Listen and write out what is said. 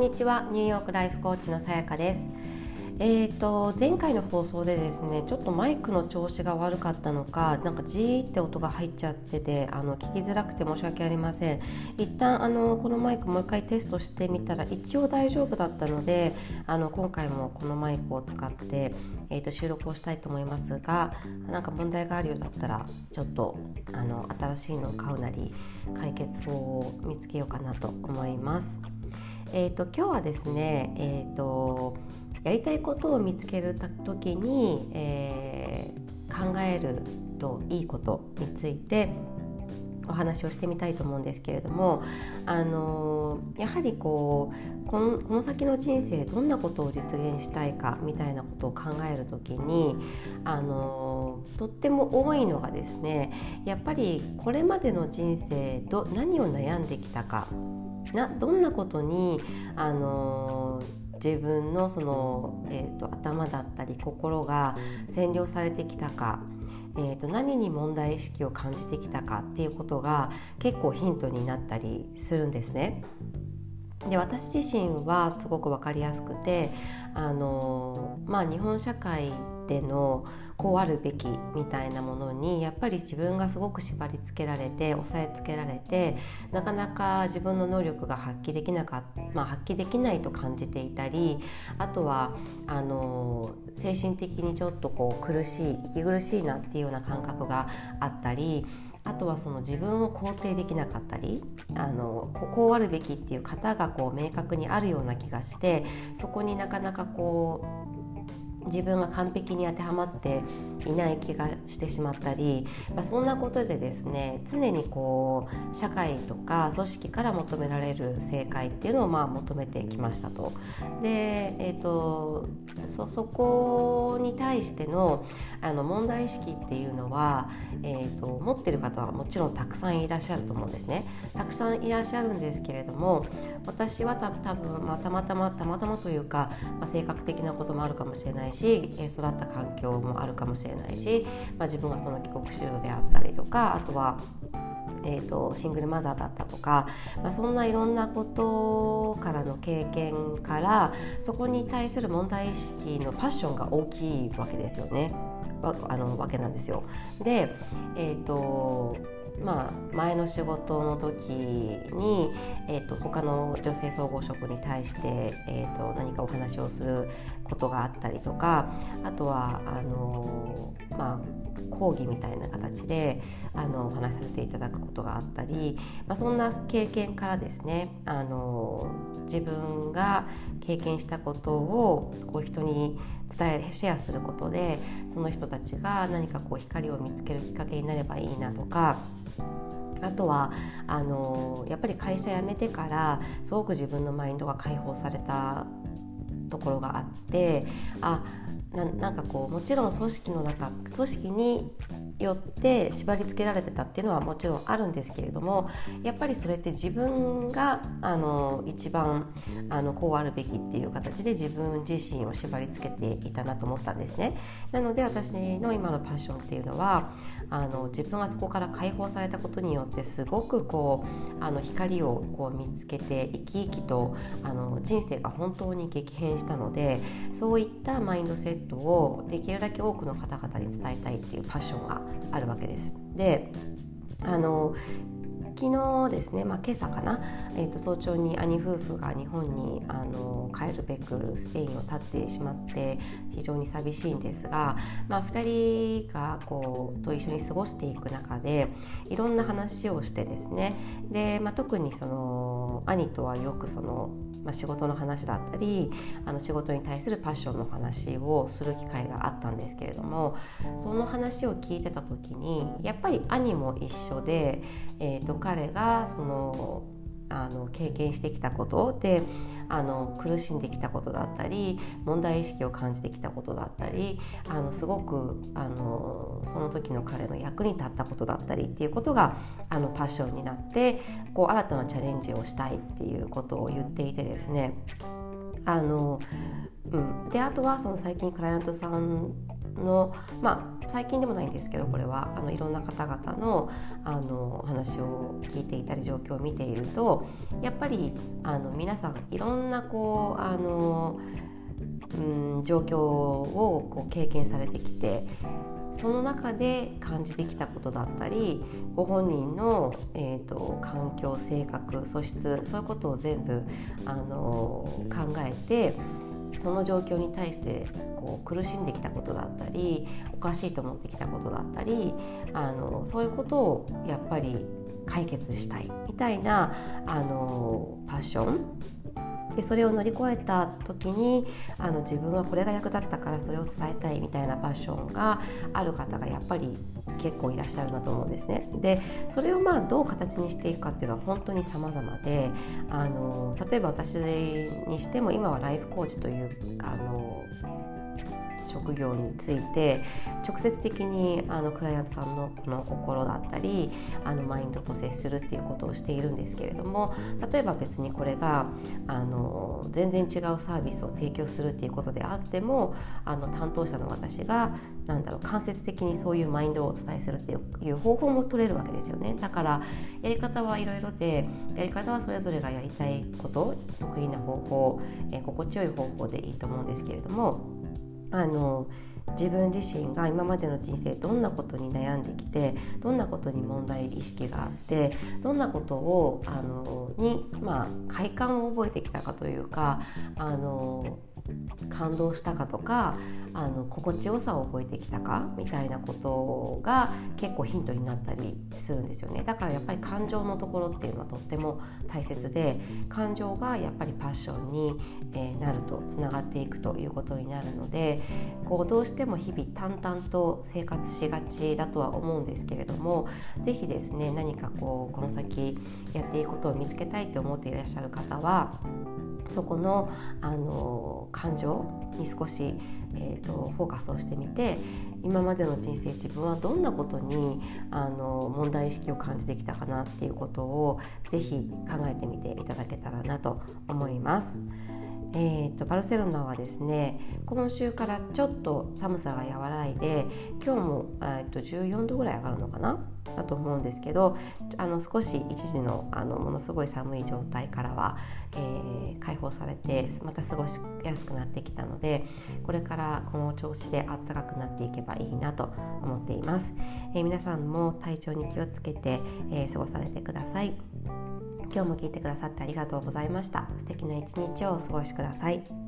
にちは。ニューヨークライフコーチのさやかです。前回の放送でですね、ちょっとマイクの調子が悪かったのか、なんかジーって音が入っちゃってて、聞きづらくて申し訳ありません。一旦このマイクもう一回テストしてみたら一応大丈夫だったので、今回もこのマイクを使って、収録をしたいと思いますが、なんか問題があるようだったらちょっと新しいのを買うなり解決法を見つけようかなと思います。今日はですね、やりたいことを見つけるときに、考えるといいことについてお話をしてみたいと思うんですけれども、やはりこの先の人生どんなことを実現したいかみたいなことを考えるときにとっても多いのがですね、やっぱりこれまでの人生何を悩んできたか、どんなことに自分の頭だったり心が占領されてきたか、何に問題意識を感じてきたかっていうことが結構ヒントになったりするんですね。で、私自身はすごく分かりやすくて、日本社会でのこうあるべきみたいなものにやっぱり自分がすごく縛り付けられて押さえつけられて、なかなか自分の能力が発揮できないと感じていたり、あとは精神的にちょっと息苦しいなっていうような感覚があったり、あとはその自分を肯定できなかったり、こうあるべきっていう型が明確にあるような気がして、そこになかなか自分が完璧に当てはまっていない気がしてしまったり、そんなことでですね、常に社会とか組織から求められる正解っていうのを求めてきましたと。で、そこに対しての問題意識っていうのは、持ってる方はもちろんたくさんいらっしゃると思うんですね。たくさんいらっしゃるんですけれども、私は多分たまたまというか、性格的なこともあるかもしれないし、育った環境もあるかもしれないし、自分がその帰国子女であったりとか、あとはシングルマザーだったとか、そんないろんなことからの経験から、そこに対する問題意識のパッションが大きいわけですよね。わけなんですよ。で、前の仕事の時に、他の女性総合職に対して、何かお話をすることがあったりとか、あとは講義みたいな形でお話しさせていただくことがあったり、そんな経験からですね、自分が経験したことを人にシェアすることで、その人たちが何か光を見つけるきっかけになればいいなとか、あとはやっぱり会社辞めてからすごく自分のマインドが解放されたところがあって、もちろん組織によって縛り付けられてたっていうのはもちろんあるんですけれども、やっぱりそれって自分が一番こうあるべきっていう形で自分自身を縛り付けていたなと思ったんですね。なので私の今のパッションっていうのは、自分がそこから解放されたことによってすごく光を見つけて生き生きと人生が本当に激変したので、そういったマインドセットをできるだけ多くの方々に伝えたいっていうパッションがあるわけです。で、昨日ですね、今朝かな、早朝に兄夫婦が日本に帰るべくスペインを立ってしまって非常に寂しいんですが、2人がと一緒に過ごしていく中でいろんな話をしてですね、で、特に兄とはよく仕事の話だったり仕事に対するパッションの話をする機会があったんですけれども、その話を聞いてた時にやっぱり兄も一緒で、彼が経験してきたことで苦しんできたことだったり、問題意識を感じてきたことだったり、すごくその時の彼の役に立ったことだったりっていうことがパッションになって、新たなチャレンジをしたいっていうことを言っていてですね、であとは最近クライアントさんの、最近でもないんですけど、これはいろんな方々のお話を聞いていたり状況を見ていると、やっぱり皆さんいろんな状況を経験されてきて、その中で感じてきたことだったり、ご本人の、環境、性格、素質、そういうことを全部考えて、その状況に対して苦しんできたことだったり、おかしいと思ってきたことだったり、そういうことをやっぱり解決したいみたいなパッションで、それを乗り越えた時に自分はこれが役立ったからそれを伝えたいみたいなパッションがある方がやっぱり結構いらっしゃるなと思うんですね。でそれをどう形にしていくかっていうのは本当に様々で、例えば私にしても今はライフコーチという職業について直接的にクライアントさんのこの心だったりマインドと接するっていうことをしているんですけれども、例えば別にこれが全然違うサービスを提供するっていうことであっても、担当者の私が間接的にそういうマインドをお伝えするっていう方法も取れるわけですよね。だからやり方はいろいろで、やり方はそれぞれがやりたいこと、得意な方法、心地よい方法でいいと思うんですけれども、自分自身が今までの人生どんなことに悩んできて、どんなことに問題意識があって、どんなことを快感を覚えてきたかというか、感動したかとか心地よさを覚えてきたかみたいなことが結構ヒントになったりするんですよね。だからやっぱり感情のところっていうのはとっても大切で、感情がやっぱりパッションになるとつながっていくということになるので、どうしても日々淡々と生活しがちだとは思うんですけれども、ぜひですね、何かこの先やっていくことを見つけたいと思っていらっしゃる方は、そこの、感情に少し、フォーカスをしてみて、今までの人生自分はどんなことに問題意識を感じてきたかなっていうことをぜひ考えてみていただけたらなと思います。バルセロナはですね、今週からちょっと寒さが和らいで、今日も、14度ぐらい上がるのかなだと思うんですけど、少し一時のものすごい寒い状態からは、解放されてまた過ごしやすくなってきたので、これからこの調子で暖かくなっていけばいいなと思っています。皆さんも体調に気をつけて、過ごされてください。今日も聞いてくださってありがとうございました。素敵な一日をお過ごしください。